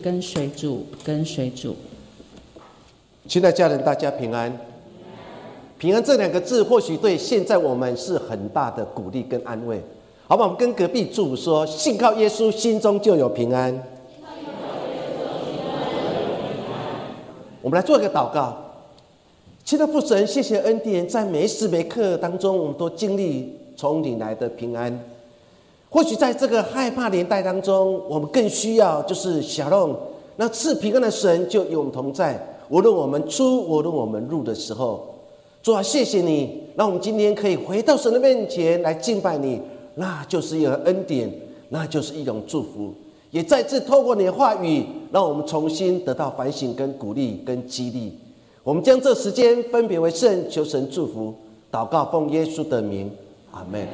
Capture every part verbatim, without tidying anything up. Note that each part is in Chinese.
跟随主，跟随主。 亲爱的家人，大家平安。平安这两个字，或许对现在我们是很大的鼓励跟安慰。好吧，我们跟隔壁祝福说：信靠耶稣，心中就有平安。我们来做一个祷告。亲爱的父神，谢谢恩典，在每一时每刻当中，我们都经历从你来的平安。或许在这个害怕年代当中，我们更需要就是小龙那赐平安的神就与我们同在，无论我们出无论我们入的时候。主啊，谢谢你让我们今天可以回到神的面前来敬拜你，那就是一种恩典，那就是一种祝福。也再次透过你的话语，让我们重新得到反省跟鼓励跟激励。我们将这时间分别为圣，求神祝福。祷告奉耶稣的名，阿们。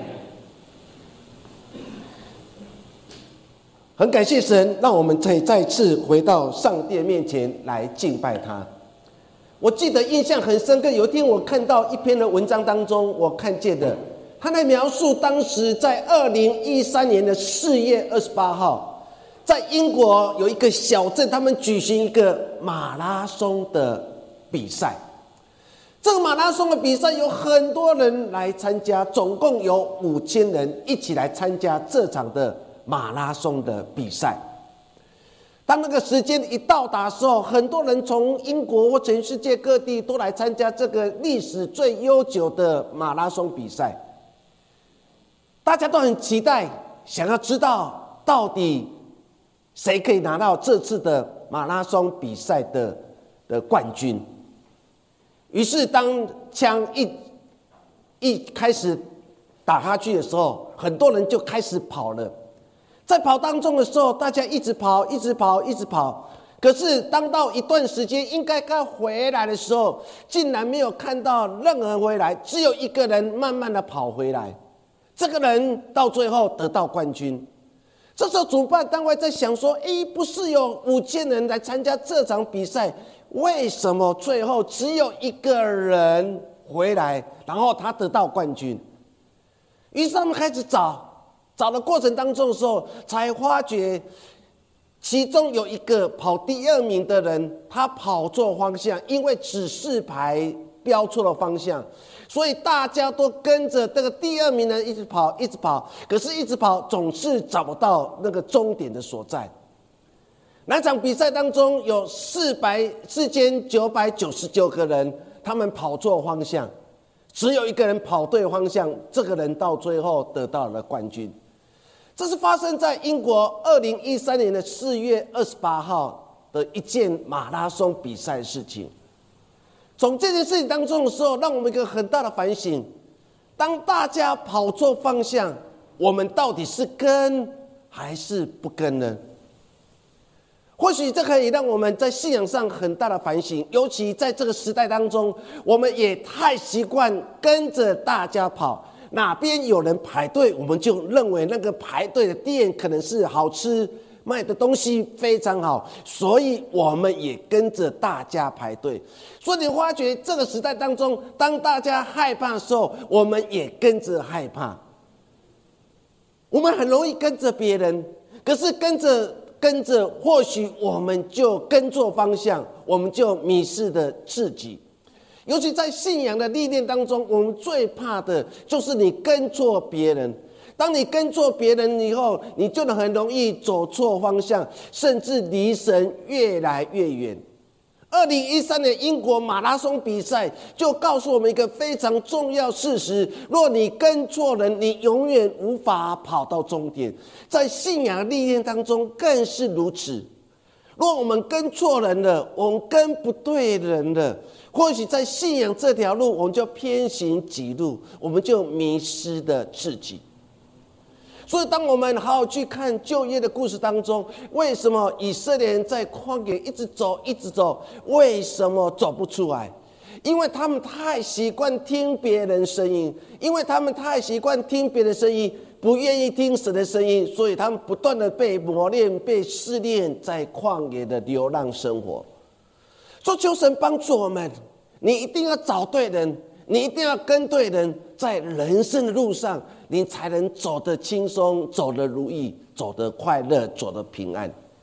很感谢神，让我们可以再次回到上帝面前来敬拜他。我记得印象很深刻，有一天我看到一篇的文章当中，我看见的他在描述当时在二零一三年的四月二十八号，在英国有一个小镇，他们举行一个马拉松的比赛。这个马拉松的比赛有很多人来参加，总共有五千人一起来参加这场的马拉松的比赛。当那个时间一到达的时候，很多人从英国或全世界各地都来参加这个历史最悠久的马拉松比赛。大家都很期待，想要知道到底谁可以拿到这次的马拉松比赛的的冠军。于是当枪一一开始打下去的时候，很多人就开始跑了。在跑当中的时候，大家一直跑一直跑一直跑，可是当到一段时间应该该回来的时候，竟然没有看到任何人回来，只有一个人慢慢的跑回来。这个人到最后得到冠军。这时候主办单位在想说，诶，不是有五千人来参加这场比赛，为什么最后只有一个人回来，然后他得到冠军？于是他们开始找找的过程当中的时候，才发觉其中有一个跑第二名的人，他跑错方向，因为指示牌标错了方向，所以大家都跟着这个第二名的人一直跑一直跑，可是一直跑总是找不到那个终点的所在。那场比赛当中有四千九百九十九个人，他们跑错方向，只有一个人跑对方向，这个人到最后得到了冠军。这是发生在英国二零一三年的四月二十八号的一件马拉松比赛的事情。从这件事情当中的时候，让我们一个很大的反省：当大家跑错方向，我们到底是跟还是不跟呢？或许这可以让我们在信仰上很大的反省，尤其在这个时代当中，我们也太习惯跟着大家跑。哪边有人排队，我们就认为那个排队的店可能是好吃，卖的东西非常好，所以我们也跟着大家排队。所以你发觉这个时代当中，当大家害怕的时候，我们也跟着害怕。我们很容易跟着别人，可是跟着跟着，或许我们就跟错方向，我们就迷失了自己。尤其在信仰的历练当中，我们最怕的就是你跟错别人。当你跟错别人以后，你就很容易走错方向，甚至离神越来越远。二零一三年英国马拉松比赛就告诉我们一个非常重要事实：若你跟错人，你永远无法跑到终点。在信仰历练当中更是如此。若我们跟错人了，我们跟不对人了，或许在信仰这条路，我们就偏行己路，我们就迷失了自己。所以当我们好好去看旧约的故事当中，为什么以色列人在旷野一直走一直走，为什么走不出来？因为他们太习惯听别人声音，因为他们太习惯听别人声音，不愿意听神的声音，所以他们不断的被磨练被试炼，在旷野的流浪生活。所以求神帮助我们，你一定要找对人，你一定要跟对人，在人生的路上你才能走得轻松，走得如意，走得快乐，走得平安。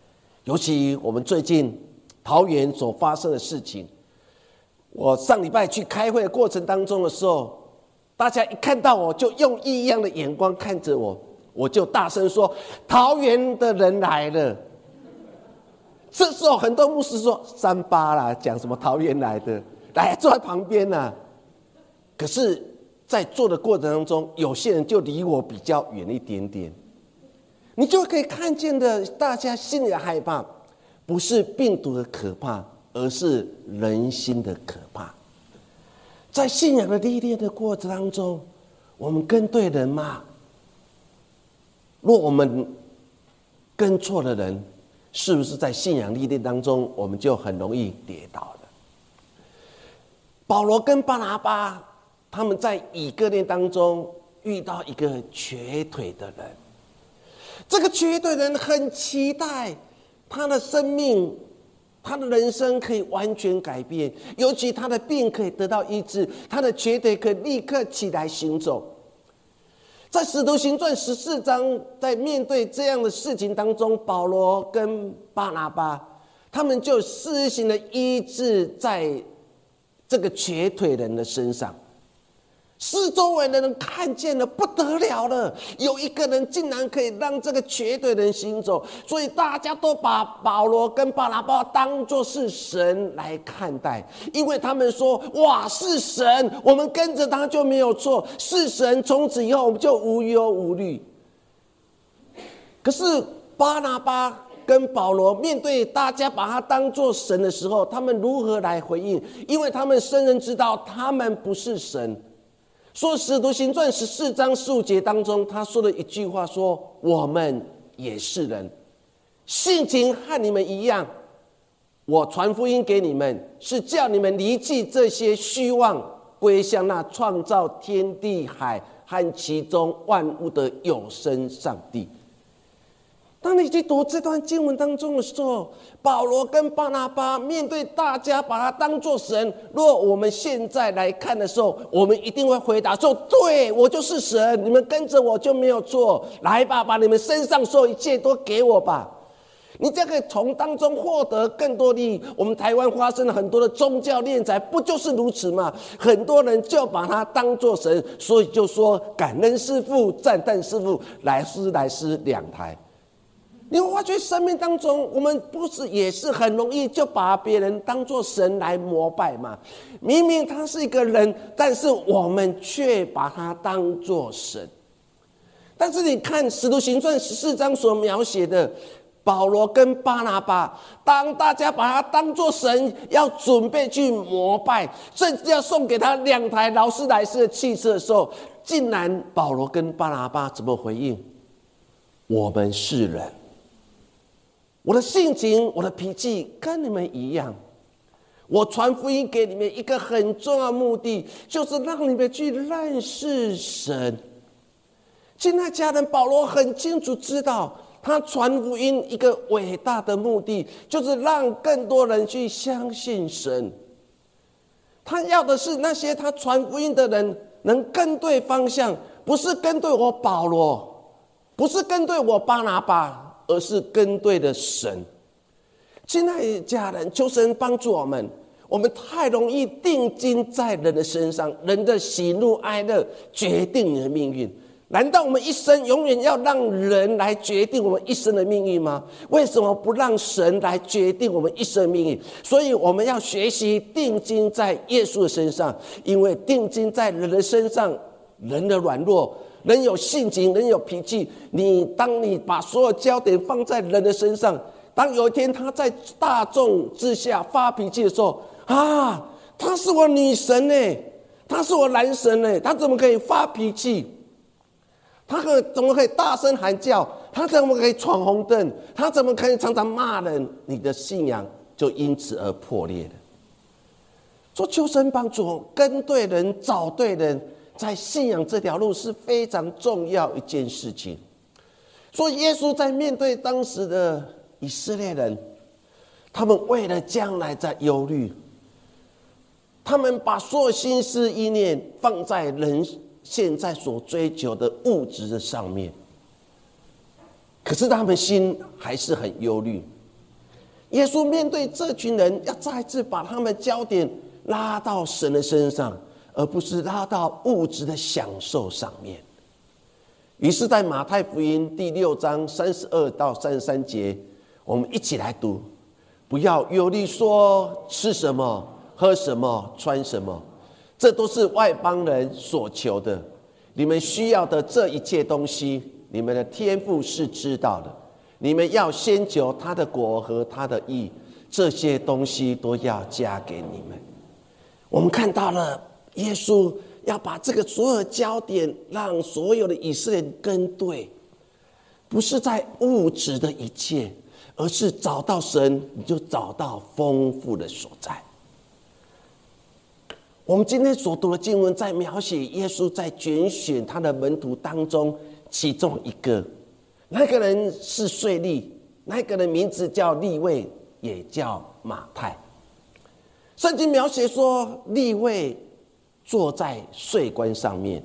尤其我们最近桃园所发生的事情，我上礼拜去开会的过程当中的时候，大家一看到我就用异样的眼光看着我，我就大声说：“桃园的人来了。”这时候很多牧师说：“三八啦，讲什么桃园来的，来坐在旁边啦。”可是，在做的过程当中，有些人就离我比较远一点点，你就可以看见的，大家心里的害怕，不是病毒的可怕，而是人心的可怕。在信仰的历练的过程当中，我们跟对人吗？若我们跟错了人，是不是在信仰历练当中，我们就很容易跌倒了？保罗跟巴拿巴他们在以哥念当中遇到一个瘸腿的人，这个瘸腿的人很期待他的生命，他的人生可以完全改变，尤其他的病可以得到医治，他的瘸腿可以立刻起来行走。在使徒行传十四章，在面对这样的事情当中，保罗跟巴拿巴他们就施行了医治在这个瘸腿人的身上。四周围的人看见了，不得了了，有一个人竟然可以让这个瘸腿人行走，所以大家都把保罗跟巴拿巴当作是神来看待，因为他们说：哇，是神，我们跟着他就没有错，是神，从此以后我们就无忧无虑。可是巴拿巴跟保罗面对大家把他当作神的时候，他们如何来回应？因为他们深深知道他们不是神。说使徒行传十四章十五节当中，他说了一句话说：我们也是人，性情和你们一样，我传福音给你们，是叫你们离弃这些虚妄，归向那创造天地海和其中万物的有生上帝。当你去读这段经文当中的时候，保罗跟巴拿巴面对大家把他当作神，若我们现在来看的时候，我们一定会回答说：对，我就是神，你们跟着我就没有错，来吧，把你们身上所有一切都给我吧。你这样可以从当中获得更多利益。我们台湾发生了很多的宗教敛财，不就是如此吗？很多人就把它当作神，所以就说感恩师父，赞叹师父，来师来师两台。你会发觉生命当中，我们不是也是很容易就把别人当作神来膜拜吗？明明他是一个人，但是我们却把他当作神。但是你看使徒行传十四章所描写的保罗跟巴拿巴，当大家把他当作神，要准备去膜拜，甚至要送给他两台劳斯莱斯的汽车的时候，竟然保罗跟巴拿巴怎么回应？我们是人，我的性情，我的脾气跟你们一样。我传福音给你们一个很重要的目的，就是让你们去认识神。亲爱的家人，保罗很清楚知道，他传福音一个伟大的目的，就是让更多人去相信神。他要的是那些他传福音的人能跟对方向，不是跟对我保罗，不是跟对我巴拿巴，而是跟对的神。亲爱的家人，求神帮助我们。我们太容易定睛在人的身上，人的喜怒哀乐决定你的命运。难道我们一生永远要让人来决定我们一生的命运吗？为什么不让神来决定我们一生的命运？所以我们要学习定睛在耶稣的身上，因为定睛在人的身上，人的软弱，人有性情，人有脾气。你当你把所有焦点放在人的身上，当有一天他在大众之下发脾气的时候，啊，他是我女神呢，他是我男神呢，他怎么可以发脾气？他可怎么可以大声喊叫？他怎么可以闯红灯？他怎么可以常常骂人？你的信仰就因此而破裂了。说求神帮助，跟对人，找对人，在信仰这条路是非常重要一件事情。所以耶稣在面对当时的以色列人，他们为了将来在忧虑，他们把所有心思意念放在人现在所追求的物质的上面，可是他们心还是很忧虑。 耶稣面对这群人，要再次把他们焦点拉到神的身上，而不是拉到物质的享受上面。于是，在马太福音第六章三十二到三十三节，我们一起来读：不要忧虑说吃什么、喝什么、穿什么，这都是外邦人所求的。你们需要的这一切东西，你们的天父是知道的。你们要先求他的国和他的义，这些东西都要加给你们。我们看到了耶稣要把这个所有的焦点让所有的以色列人跟对，不是在物质的一切，而是找到神，你就找到丰富的所在。我们今天所读的经文在描写耶稣在拣选他的门徒当中其中一个，那个人是税吏，那个人名字叫利未，也叫马太。圣经描写说，利未坐在税关上面。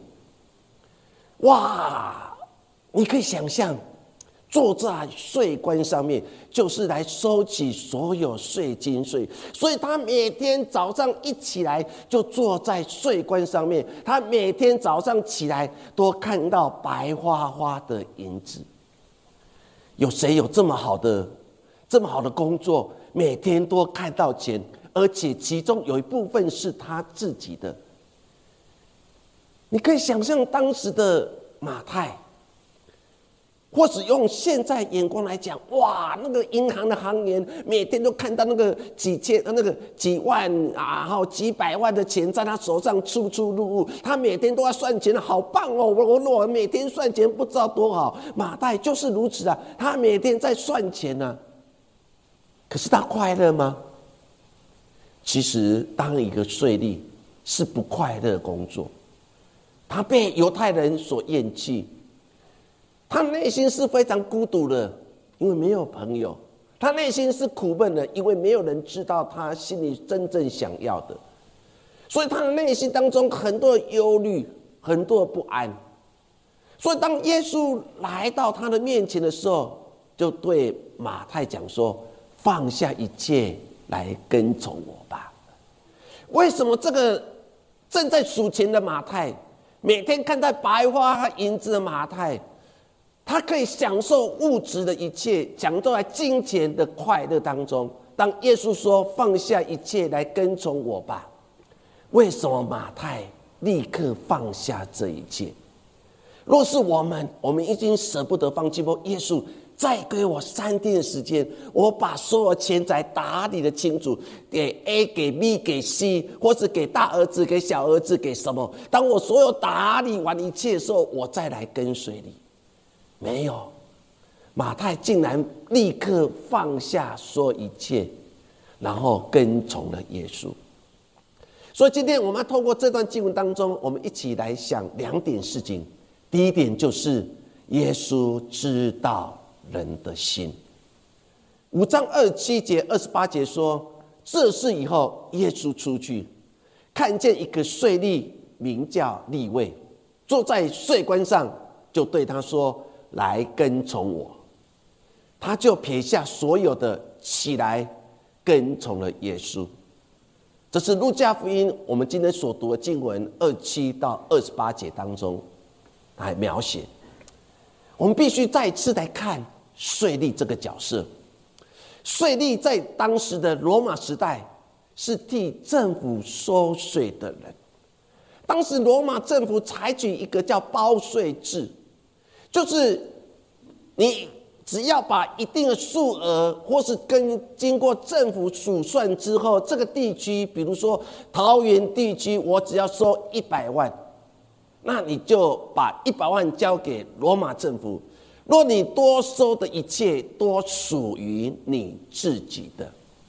哇，你可以想象，坐在税关上面，就是来收取所有税金税。所以他每天早上一起来，就坐在税关上面。他每天早上起来，都看到白花花的银子。有谁有这么好的、这么好的工作，每天都看到钱，而且其中有一部分是他自己的？你可以想象当时的马太，或是用现在眼光来讲，哇，那个银行的行员每天都看到那个几千、那个几万啊，然后几百万的钱在他手上出出入入，他每天都要算钱，好棒哦！我我每天算钱不知道多好。马太就是如此啊，他每天在算钱啊。可是他快乐吗？其实当一个税吏是不快乐的工作，他被犹太人所厌弃。他内心是非常孤独的，因为没有朋友；他内心是苦闷的，因为没有人知道他心里真正想要的。所以他的内心当中很多的忧虑，很多的不安。所以当耶稣来到他的面前的时候，就对马太讲说：放下一切来跟从我吧。为什么这个正在数钱的马太，每天看到白花银子的马太，他可以享受物质的一切，享受在金钱的快乐当中？当耶稣说放下一切来跟从我吧，为什么马太立刻放下这一切？若是我们，我们已经舍不得放弃。不，耶稣再给我三天的时间，我把所有钱财打理的清楚，给 A 给 B 给 C， 或是给大儿子给小儿子给什么？当我所有打理完一切的时候，我再来跟随你。没有，马太竟然立刻放下所有一切，然后跟从了耶稣。所以今天我们要透过这段经文当中，我们一起来想两点事情。第一点就是耶稣知道人的心。五章二十七节、二十八节说，这事以后，耶稣出去，看见一个税吏，名叫利未，坐在税关上，就对他说：来跟从我。他就撇下所有的，起来跟从了耶稣。这是路加福音我们今天所读的经文二十七到二十八节当中来描写。我们必须再次来看税吏这个角色。税吏在当时的罗马时代是替政府收税的人。当时罗马政府采取一个叫包税制，就是你只要把一定的数额，或是跟经过政府数算之后，这个地区，比如说桃园地区，我只要收一百万，那你就把一百万交给罗马政府。若你多收的一切，都属于你自己的。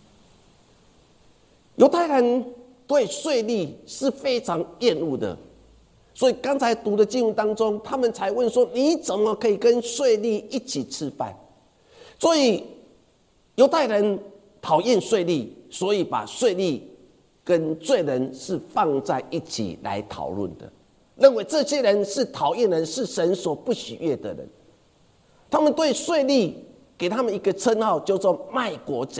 犹太人对税吏是非常厌恶的。所以刚才读的经文当中，他们才问说：你怎么可以跟税吏一起吃饭？所以犹太人讨厌税吏，所以把税吏跟罪人是放在一起来讨论的，认为这些人是讨厌人，是神所不喜悦的人。他们对税吏给他们一个称号，叫做卖国贼。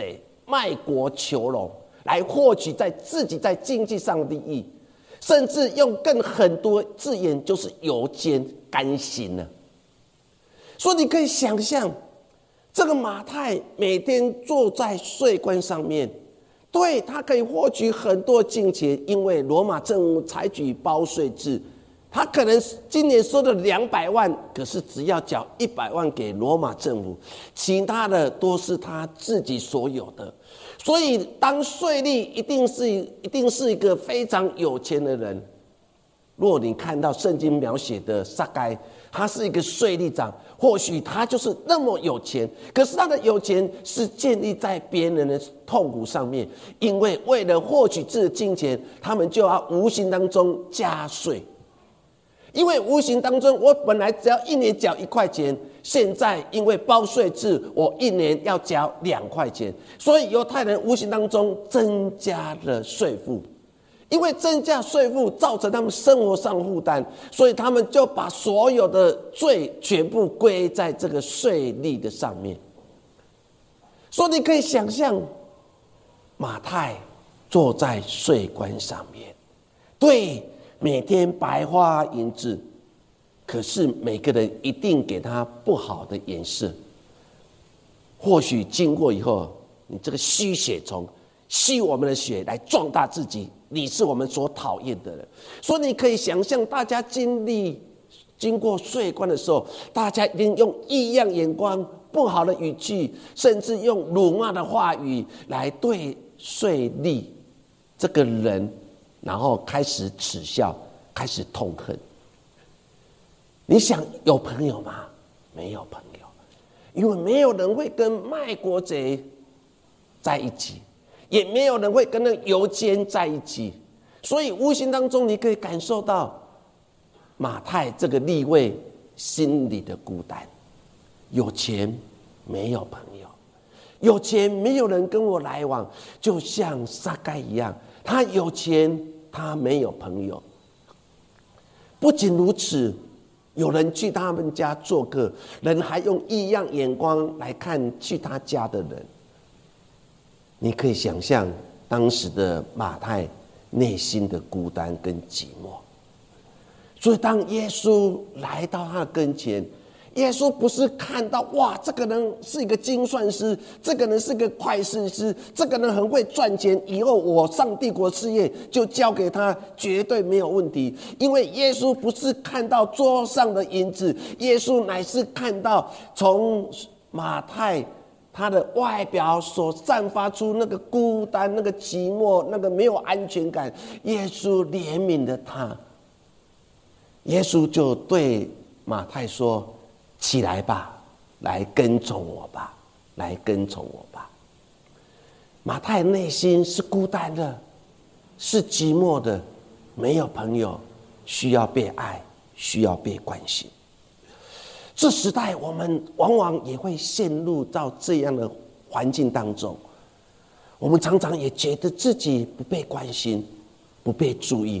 卖国求荣，来获取在自己在经济上的利益，甚至用更很多字眼，就是油煎甘心了。所以你可以想象，这个马太每天坐在税关上面，对，他可以获取很多金钱，因为罗马政府采取包税制。他可能今年收了两百万，可是只要缴一百万给罗马政府，其他的都是他自己所有的。所以，当税吏一定是一定是一个非常有钱的人。若你看到圣经描写的撒该，他是一个税吏长，或许他就是那么有钱，可是他的有钱是建立在别人的痛苦上面，因为为了获取自己的金钱，他们就要无形当中加税。因为无形当中，我本来只要一年缴一块钱，现在因为包税制，我一年要缴两块钱，所以犹太人无形当中增加了税负。因为增加税负造成他们生活上负担，所以他们就把所有的罪全部归在这个税吏的上面。所以你可以想象，马太坐在税关上面，对，每天白花银子，可是每个人一定给他不好的颜色。或许经过以后，你这个吸血虫吸我们的血来壮大自己，你是我们所讨厌的人。所以你可以想象，大家经历经过税关的时候，大家一定用异样眼光、不好的语气，甚至用辱骂的话语来对税吏这个人，然后开始耻笑，开始痛恨。你想有朋友吗？没有朋友，因为没有人会跟卖国贼在一起，也没有人会跟那油煎在一起，所以无形当中你可以感受到马太这个利未心里的孤单。有钱没有朋友，有钱没有人跟我来往，就像撒该一样，他有钱他没有朋友。不仅如此，有人去他们家做客，人还用异样眼光来看去他家的人。你可以想象当时的马太内心的孤单跟寂寞。所以当耶稣来到他的跟前，耶稣不是看到哇，这个人是一个精算师，这个人是个会计师，这个人很会赚钱，以后我上帝国事业就交给他，绝对没有问题。因为耶稣不是看到桌上的银子，耶稣乃是看到从马太他的外表所散发出那个孤单、那个寂寞、那个没有安全感，耶稣怜悯了他。耶稣就对马太说：“起来吧，来跟从我吧，来跟从我吧。”马太内心是孤单的，是寂寞的，没有朋友，需要被爱，需要被关心。这时代我们往往也会陷入到这样的环境当中，我们常常也觉得自己不被关心，不被注意。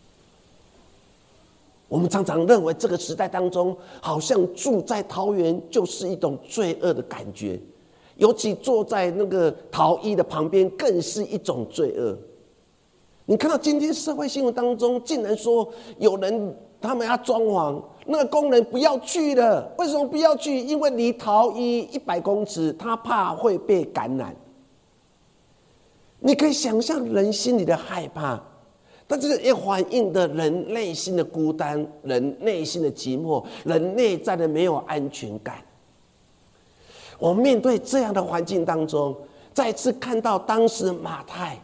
我们常常认为这个时代当中，好像住在桃园就是一种罪恶的感觉，尤其坐在那个桃一的旁边更是一种罪恶。你看到今天社会新闻当中竟然说有人他们要装潢，那个工人不要去了。为什么不要去？因为离桃一一百公尺，他怕会被感染。你可以想象人心里的害怕，但这也反映的人内心的孤单，人内心的寂寞，人内在的没有安全感。我们面对这样的环境当中，再次看到当时马太，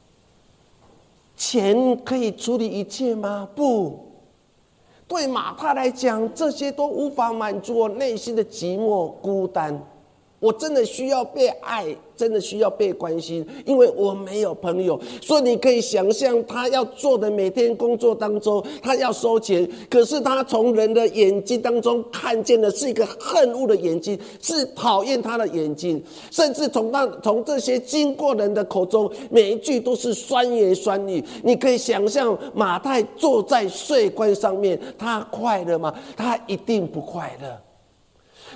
钱可以处理一切吗？不，对马太来讲，这些都无法满足我内心的寂寞孤单。我真的需要被爱，真的需要被关心，因为我没有朋友。所以你可以想象他要做的每天工作当中，他要收钱，可是他从人的眼睛当中看见的是一个恨恶的眼睛，是讨厌他的眼睛，甚至从那从这些经过人的口中，每一句都是酸言酸语。你可以想象马太坐在税关上面，他快乐吗？他一定不快乐。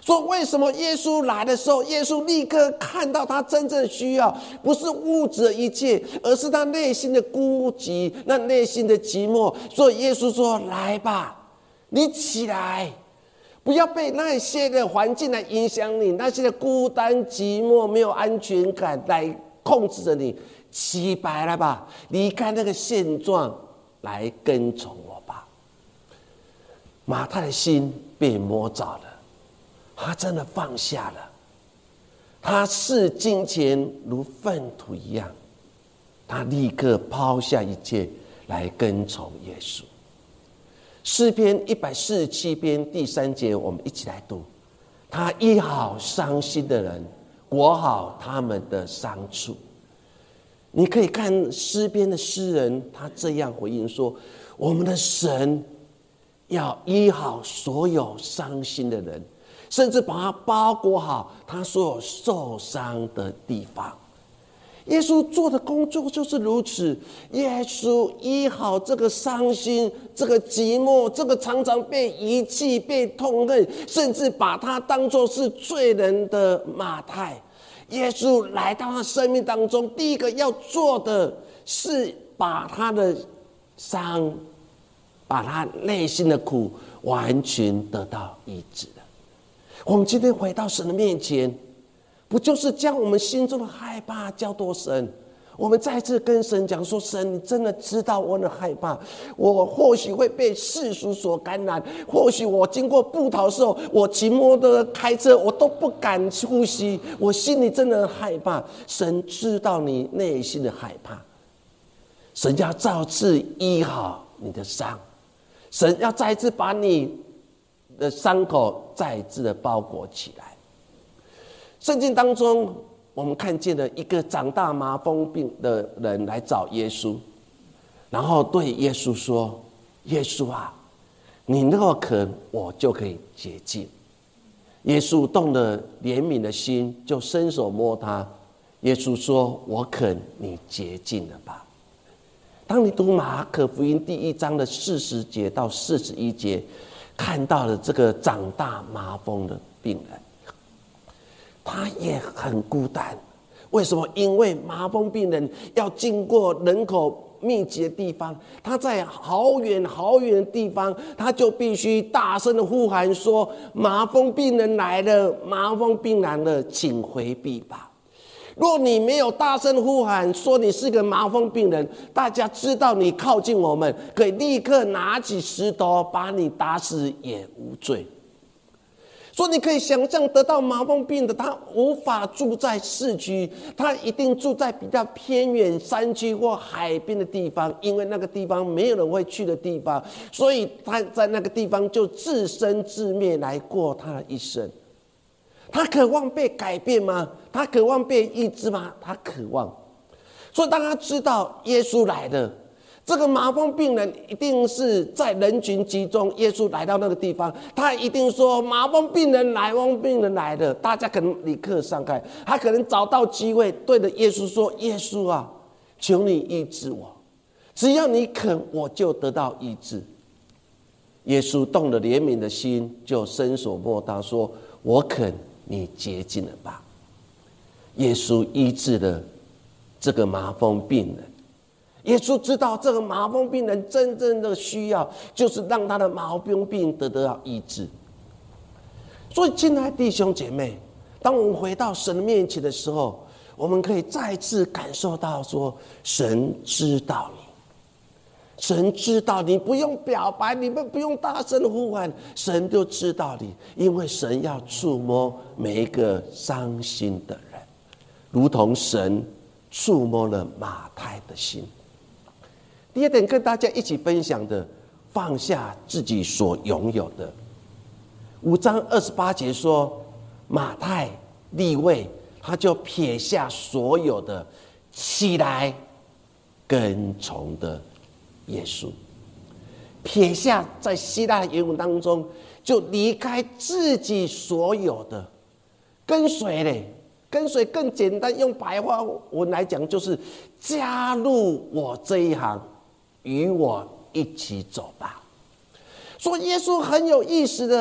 说为什么耶稣来的时候，耶稣立刻看到他真正需要不是物质的一切，而是他内心的孤寂，那内心的寂寞。所以耶稣说：来吧，你起来，不要被那些的环境来影响你，那些的孤单寂寞没有安全感来控制着你。起来了吧，离开那个现状，来跟从我吧。马太的心被摸着了，他真的放下了，他视金钱如粪土一样，他立刻抛下一切来跟从耶稣。诗篇一百四十七篇第三节，我们一起来读：他医好伤心的人，裹好他们的伤处。你可以看诗篇的诗人，他这样回应说：我们的神要医好所有伤心的人，甚至把他包裹好他所有受伤的地方。耶稣做的工作就是如此，耶稣医好这个伤心，这个寂寞，这个常常被遗弃被痛恨，甚至把他当作是罪人的马太。耶稣来到他生命当中，第一个要做的是把他的伤，把他内心的苦完全得到医治了。我们今天回到神的面前，不就是将我们心中的害怕交托神？我们再次跟神讲说：神，你真的知道我的害怕，我或许会被世俗所感染，或许我经过布桃的时候，我骑摩托开车我都不敢呼吸，我心里真的很害怕。神知道你内心的害怕，神要再次医好你的伤，神要再次把你的伤口再次的包裹起来。圣经当中我们看见了一个长大麻风病的人来找耶稣，然后对耶稣说：耶稣啊，你若肯，我就可以洁净。耶稣动了怜悯的心，就伸手摸他。耶稣说：我肯，你洁净了吧。当你读马可福音第一章的四十节到四十一节，看到了这个长大麻风的病人，他也很孤单。为什么？因为麻风病人要经过人口密集的地方，他在好远好远的地方，他就必须大声的呼喊说：麻风病人来了，麻风病人了，请回避吧。若你没有大声呼喊说你是个麻风病人，大家知道你靠近我们，可以立刻拿起石头把你打死也无罪。所以你可以想象得到，麻风病的他无法住在市区，他一定住在比较偏远山区或海边的地方，因为那个地方没有人会去的地方，所以他在那个地方就自生自灭来过他的一生。他渴望被改变吗？他渴望被医治吗？他渴望。所以当他知道耶稣来了，这个麻风病人一定是在人群集中，耶稣来到那个地方，他一定说：麻风病人来，麻风病人来了。大家可能立刻散开，他可能找到机会对着耶稣说：耶稣啊，求你医治我，只要你肯，我就得到医治。耶稣动了怜悯的心，就伸手摸他说：我肯，你洁净了吧。耶稣医治了这个麻风病人。耶稣知道这个麻风病人真正的需要，就是让他的麻风病得到医治。所以亲爱的弟兄姐妹，当我们回到神的面前的时候，我们可以再次感受到说：神知道你，神知道你，不用表白，你们不用大声呼喊，神就知道你，因为神要触摸每一个伤心的人，如同神触摸了马太的心。第二点跟大家一起分享的，放下自己所拥有的。五章二十八节说，马太利未，他就撇下所有的，起来跟从的耶稣。撇下在希腊原文当中，就离开自己所有的，跟随嘞。跟随更简单，用白话文来讲，就是加入我这一行，与我一起走吧。所以耶稣很有意思的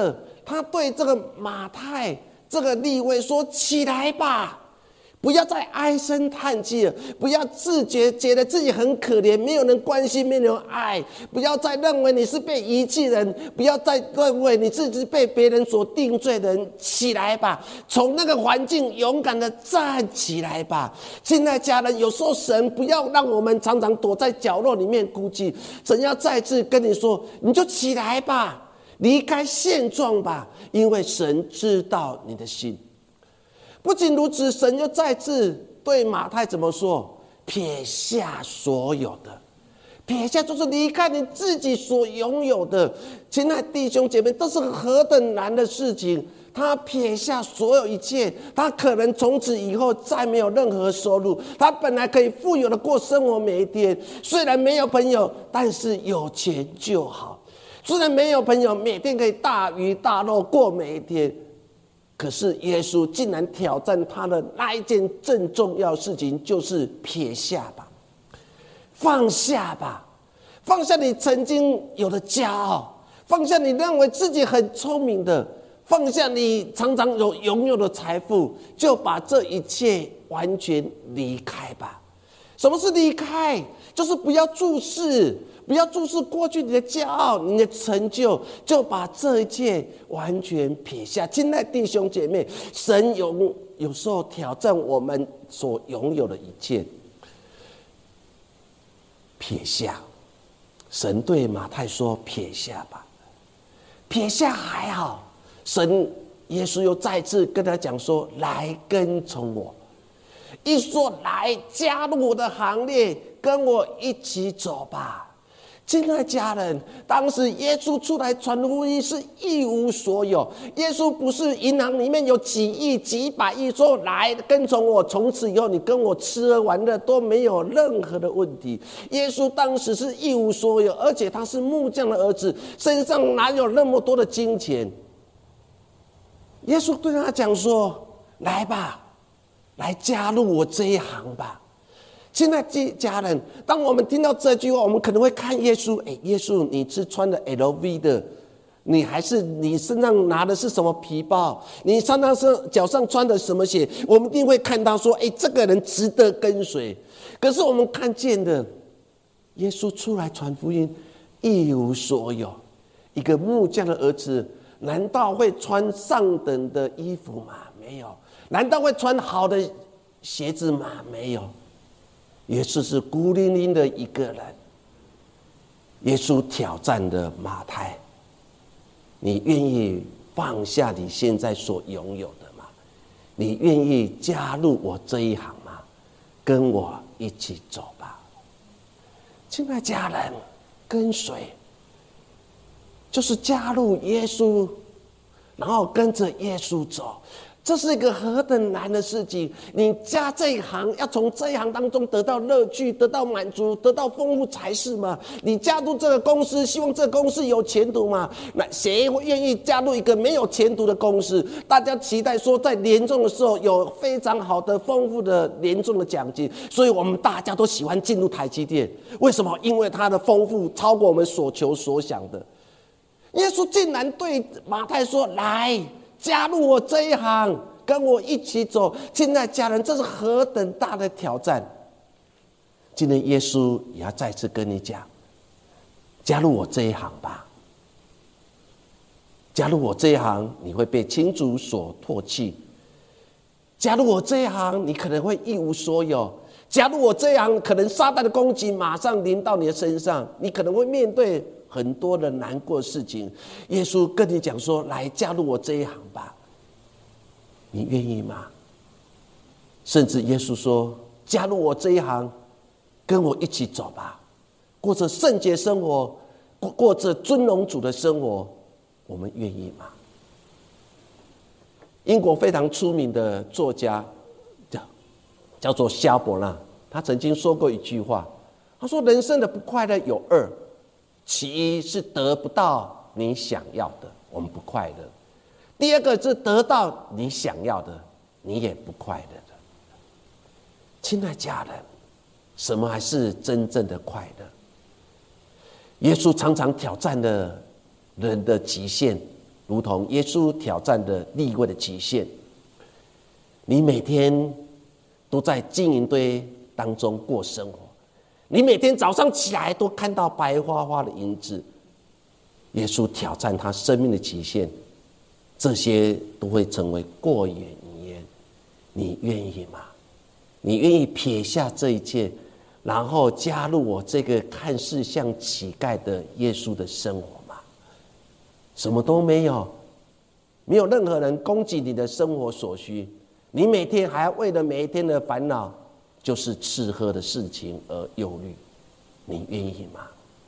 他对这个马太这个利未说：起来吧，不要再唉声叹气了，不要自觉觉得自己很可怜，没有人关心，没有人爱，不要再认为你是被遗弃人，不要再认为你自己是被别人所定罪的人。起来吧，从那个环境勇敢的站起来吧。亲爱家人，有时候神不要让我们常常躲在角落里面孤寂，神要再次跟你说，你就起来吧，离开现状吧，因为神知道你的心。不仅如此，神又再次对马太怎么说？撇下所有的，撇下就是离开你自己所拥有的。亲爱弟兄姐妹，这是何等难的事情！他撇下所有一切，他可能从此以后再没有任何收入。他本来可以富有的过生活每一天，虽然没有朋友，但是有钱就好；虽然没有朋友，每天可以大鱼大肉过每一天。可是耶稣竟然挑战他的那一件正重要的事情，就是撇下吧，放下吧，放下你曾经有的骄傲，放下你认为自己很聪明的，放下你常常有拥有的财富，就把这一切完全离开吧。什么是离开？就是不要注视，不要注视过去你的骄傲，你的成就，就把这一切完全撇下。亲爱弟兄姐妹，神有有时候挑战我们所拥有的一切，撇下。神对马太说：撇下吧，撇下还好。神耶稣又再次跟他讲说：来跟从我。一说来加入我的行列，跟我一起走吧。亲爱家人，当时耶稣出来传福音是一无所有，耶稣不是银行里面有几亿几百亿，说来跟从我，从此以后你跟我吃喝玩乐都没有任何的问题。耶稣当时是一无所有，而且他是木匠的儿子，身上哪有那么多的金钱？耶稣对他讲说：来吧，来加入我这一行吧。现在家人，当我们听到这句话，我们可能会看耶稣，哎，耶稣你是穿的 L V 的，你还是你身上拿的是什么皮包？你身上是脚上穿的什么鞋？我们一定会看到说，哎，这个人值得跟随。可是我们看见的，耶稣出来传福音，一无所有，一个木匠的儿子，难道会穿上等的衣服吗？没有。难道会穿好的鞋子吗？没有。耶稣是孤零零的一个人。耶稣挑战的马太，你愿意放下你现在所拥有的吗？你愿意加入我这一行吗？跟我一起走吧。亲爱家人，跟随就是加入耶稣，然后跟着耶稣走。这是一个何等难的事情！你加这一行，要从这一行当中得到乐趣、得到满足、得到丰富才是吗？你加入这个公司，希望这个公司有前途吗？那谁会愿意加入一个没有前途的公司？大家期待说，在年终的时候有非常好的、丰富的年终的奖金，所以我们大家都喜欢进入台积电。为什么？因为它的丰富超过我们所求所想的。耶稣竟然对马太说：来，加入我这一行，跟我一起走。亲爱家人，这是何等大的挑战！今天耶稣也要再次跟你讲，加入我这一行吧。加入我这一行，你会被亲族所唾弃；加入我这一行，你可能会一无所有；加入我这一行，可能撒旦的攻击马上临到你的身上，你可能会面对很多的难过事情。耶稣跟你讲说：来，加入我这一行吧。你愿意吗？甚至耶稣说：加入我这一行，跟我一起走吧，过着圣洁生活，过过着尊荣主的生活，我们愿意吗？英国非常出名的作家叫叫做萧伯纳，他曾经说过一句话，他说：人生的不快乐有二，其一是得不到你想要的，我们不快乐；第二个是得到你想要的，你也不快乐的。亲爱家人，什么还是真正的快乐？耶稣常常挑战了人的极限， 如同耶稣挑战的立位的极限。你每天都在金银堆当中过生活，你每天早上起来都看到白花花的银子。耶稣挑战他生命的极限，这些都会成为过眼云烟。你愿意吗？你愿意撇下这一切，然后加入我这个看似像乞丐的耶稣的生活吗？什么都没有，没有任何人供给你的生活所需，你每天还要为了每一天的烦恼，就是吃喝的事情而忧虑。你愿意吗？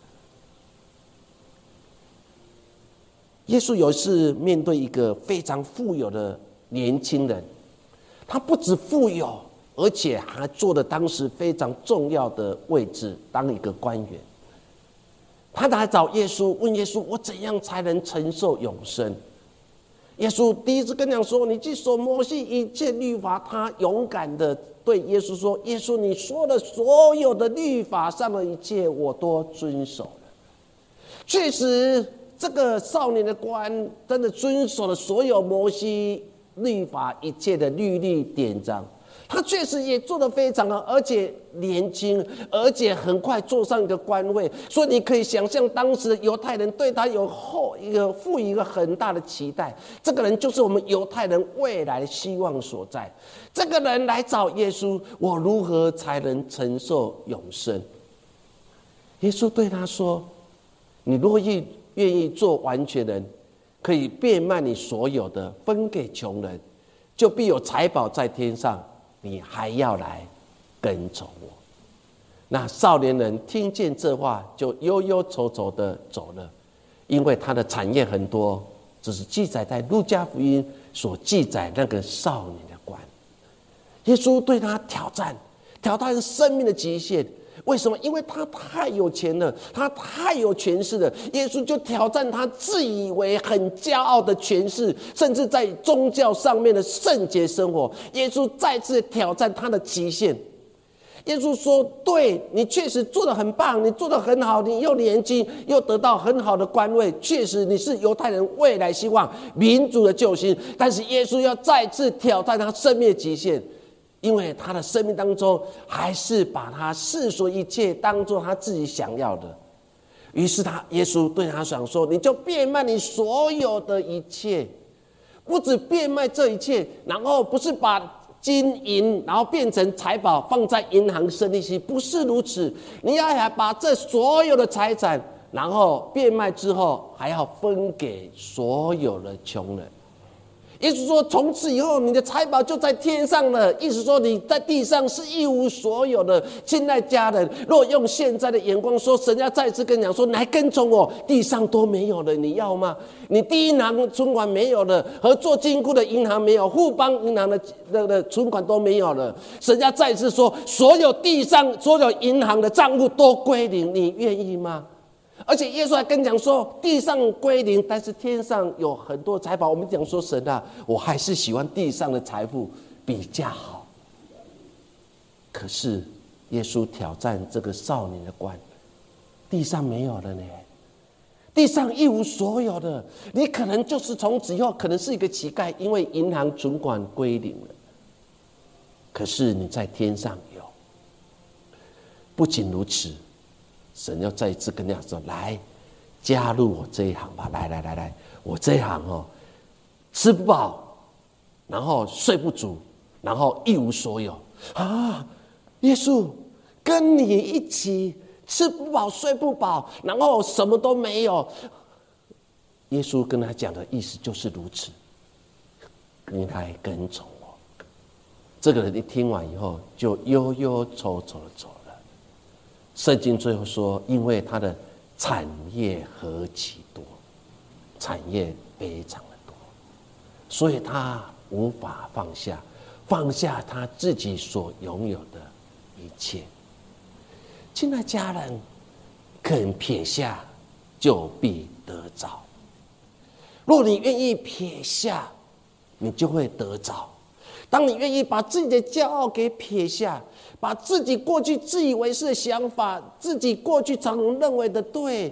耶稣有一次面对一个非常富有的年轻人，他不止富有，而且还做了当时非常重要的位置，当一个官员。他来找耶稣，问耶稣：我怎样才能承受永生？耶稣第一次跟讲说：你既守摩西一切律法。他勇敢的对耶稣说：耶稣，你说的所有的律法上的一切，我都遵守了。确实，这个少年的官真的遵守了所有摩西律法一切的律例典章，他确实也做得非常好，而且年轻，而且很快坐上一个官位。所以你可以想象，当时的犹太人对他有后一个赋予一个很大的期待。这个人就是我们犹太人未来的希望所在。这个人来找耶稣：我如何才能承受永生？耶稣对他说：你若愿意做完全人，可以变卖你所有的，分给穷人，就必有财宝在天上。你还要来跟从我。那少年人听见这话，就忧忧愁愁的走了，因为他的产业很多，这是记载在路加福音所记载那个少年的官。耶稣对他挑战，挑战生命的极限。为什么？因为他太有钱了，他太有权势了。耶稣就挑战他自以为很骄傲的权势，甚至在宗教上面的圣洁生活。耶稣再次挑战他的极限。耶稣说：对，你确实做得很棒，你做得很好，你又年轻又得到很好的官位，确实你是犹太人未来希望民族的救星。但是耶稣要再次挑战他生命的极限，因为他的生命当中还是把他世俗一切当作他自己想要的。于是他耶稣对他想说：你就变卖你所有的一切，不止变卖这一切，然后不是把金银然后变成财宝放在银行生利息，不是如此。你要还把这所有的财产，然后变卖之后还要分给所有的穷人。意思说，从此以后你的财宝就在天上了。意思说，你在地上是一无所有的。亲爱家人，若用现在的眼光说，神要再次跟你讲说：来跟从我，地上都没有了，你要吗？你第一银行存款没有了，合作金库的银行没有，富邦银行的的的存款都没有了。神要再次说，所有地上所有银行的账户都归零，你愿意吗？而且耶稣还跟讲说，地上归零，但是天上有很多财宝。我们讲说，神啊，我还是喜欢地上的财富比较好。可是耶稣挑战这个少年的官，地上没有了呢，地上一无所有的，你可能就是从此以后可能是一个乞丐，因为银行存款归零了。可是你在天上有。不仅如此，神要再一次跟他说：来，加入我这一行吧！来来来来，我这一行哦，吃不饱，然后睡不足，然后一无所有啊！耶稣跟你一起吃不饱睡不饱，然后什么都没有。耶稣跟他讲的意思就是如此，你来跟从我。这个人一听完以后，就忧忧愁愁的走了。圣经最后说，因为他的产业何其多，产业非常的多，所以他无法放下，放下他自己所拥有的一切。亲爱家人，肯撇下，就必得着。若你愿意撇下，你就会得着。当你愿意把自己的骄傲给撇下，把自己过去自以为是的想法，自己过去常认为的对，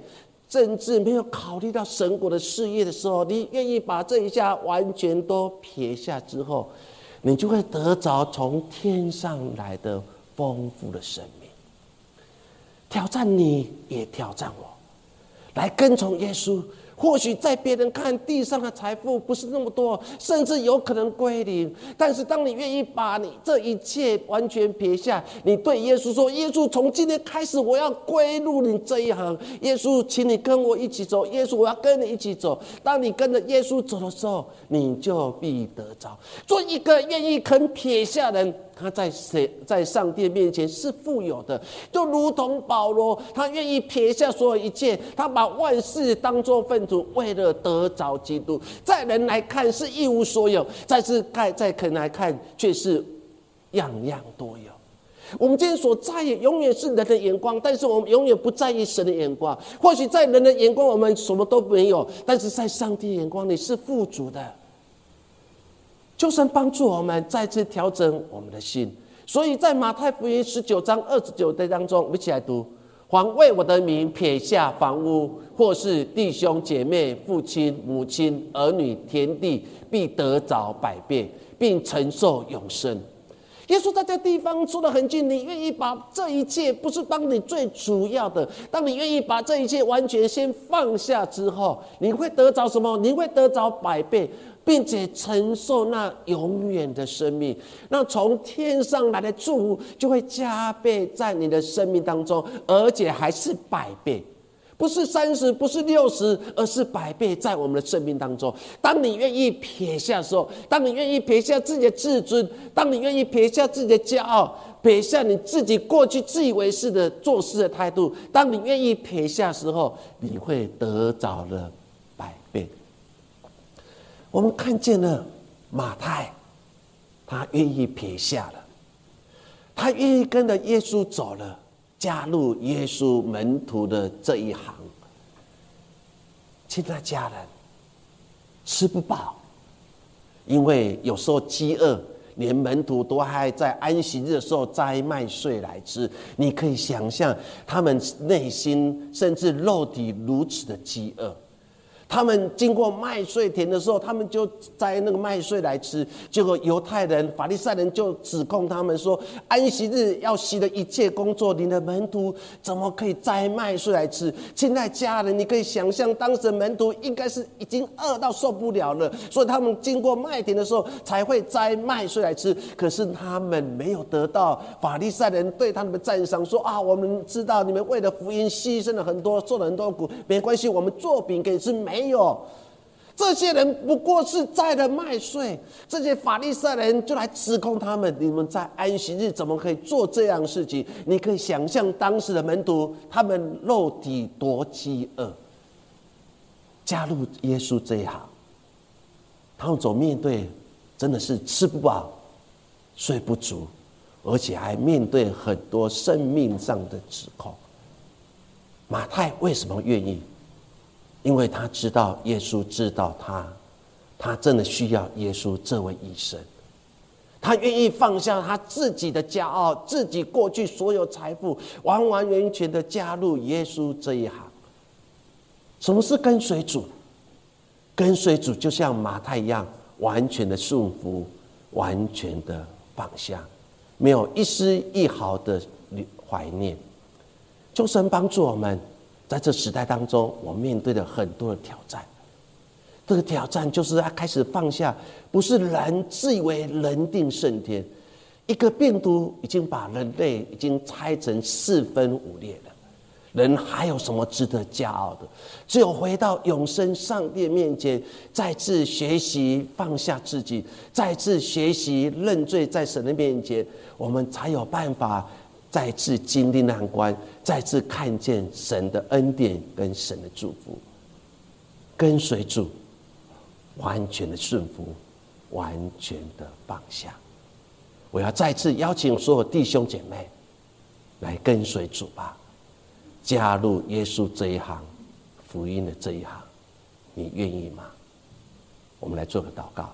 甚至没有考虑到神国的事业的时候，你愿意把这一下完全都撇下之后，你就会得着从天上来的丰富的生命。挑战你，也挑战我，来跟从耶稣。或许在别人看地上的财富不是那么多，甚至有可能归零，但是当你愿意把你这一切完全撇下，你对耶稣说：耶稣，从今天开始我要归入你这一行。耶稣，请你跟我一起走。耶稣，我要跟你一起走。当你跟着耶稣走的时候，你就必得着。做一个愿意肯撇下人，他在谁在上帝面前是富有的，就如同保罗，他愿意撇下所有一切，他把万事当作粪土，为了得着基督。在人来看是一无所有，再次看在人来看却是样样都有。我们今天所在意永远是人的眼光，但是我们永远不在意神的眼光。或许在人的眼光我们什么都没有，但是在上帝的眼光你是富足的。求神帮助我们再次调整我们的心。所以在马太福音十九章二十九节当中，我们一起来读：凡为我的名撇下房屋，或是弟兄姐妹、父亲母亲、儿女、田地，必得着百倍，并承受永生。耶稣在这地方说得很近，你愿意把这一切不是当你最主要的，当你愿意把这一切完全先放下之后，你会得着什么？你会得着百倍，并且承受那永远的生命。那从天上来的祝福就会加倍在你的生命当中，而且还是百倍，不是三十，不是六十，而是百倍在我们的生命当中。当你愿意撇下的时候，当你愿意撇下自己的自尊，当你愿意撇下自己的骄傲，撇下你自己过去自以为是的做事的态度，当你愿意撇下的时候，你会得着了百倍。我们看见了马太，他愿意撇下了，他愿意跟着耶稣走了，加入耶稣门徒的这一行。亲爱的家人，吃不饱，因为有时候饥饿，连门徒都还在安息日的时候摘麦穗来吃。你可以想象他们内心甚至肉体如此的饥饿。他们经过麦穗田的时候，他们就摘那个麦穗来吃。结果犹太人、法利赛人就指控他们说：安息日要息的一切工作，你的门徒怎么可以摘麦穗来吃？亲爱家人，你可以想象当时的门徒应该是已经饿到受不了了，所以他们经过麦田的时候才会摘麦穗来吃。可是他们没有得到法利赛人对他们的赞赏，说：啊，我们知道你们为了福音牺牲了很多，受了很多苦，没关系，我们做饼给你吃。没有，这些人不过是摘了麦穗，这些法利赛人就来指控他们：你们在安息日怎么可以做这样的事情？你可以想象当时的门徒，他们肉体多饥饿。加入耶稣这一行，他们所面对真的是吃不饱、睡不足，而且还面对很多生命上的指控。马太为什么愿意？因为他知道耶稣知道他，他真的需要耶稣这位医生。他愿意放下他自己的骄傲，自己过去所有财富，完完全全的加入耶稣这一行。什么是跟随主？跟随主就像马太一样，完全的顺服，完全的放下，没有一丝一毫的怀念。求神帮助我们，在这时代当中，我面对了很多的挑战。这个挑战就是要开始放下，不是人自以为人定胜天。一个病毒已经把人类已经拆成四分五裂了，人还有什么值得骄傲的？只有回到永生上帝面前，再次学习放下自己，再次学习认罪，在神的面前，我们才有办法再次经历难关，再次看见神的恩典跟神的祝福。跟随主，完全的顺服，完全的放下。我要再次邀请所有弟兄姐妹来跟随主吧，加入耶稣这一行，福音的这一行，你愿意吗？我们来做个祷告。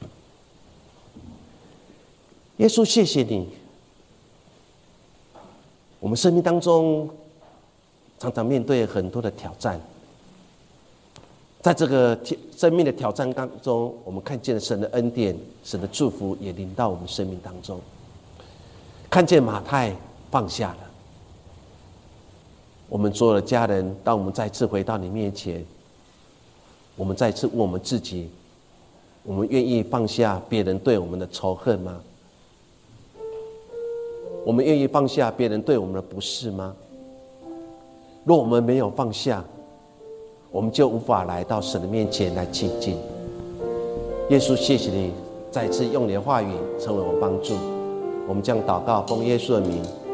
耶稣，谢谢你。我们生命当中常常面对很多的挑战， 在这个生命的挑战当中，我们看见了神的恩典，神的祝福也临到我们生命当中。看见马太放下了，我们所有的家人，当我们再次回到你面前，我们再次问我们自己：我们愿意放下别人对我们的仇恨吗？我们愿意放下别人对我们的不是吗？若我们没有放下，我们就无法来到神的面前来亲近。耶稣，谢谢你再次用你的话语成为我帮助。我们将祷告，奉耶稣的名。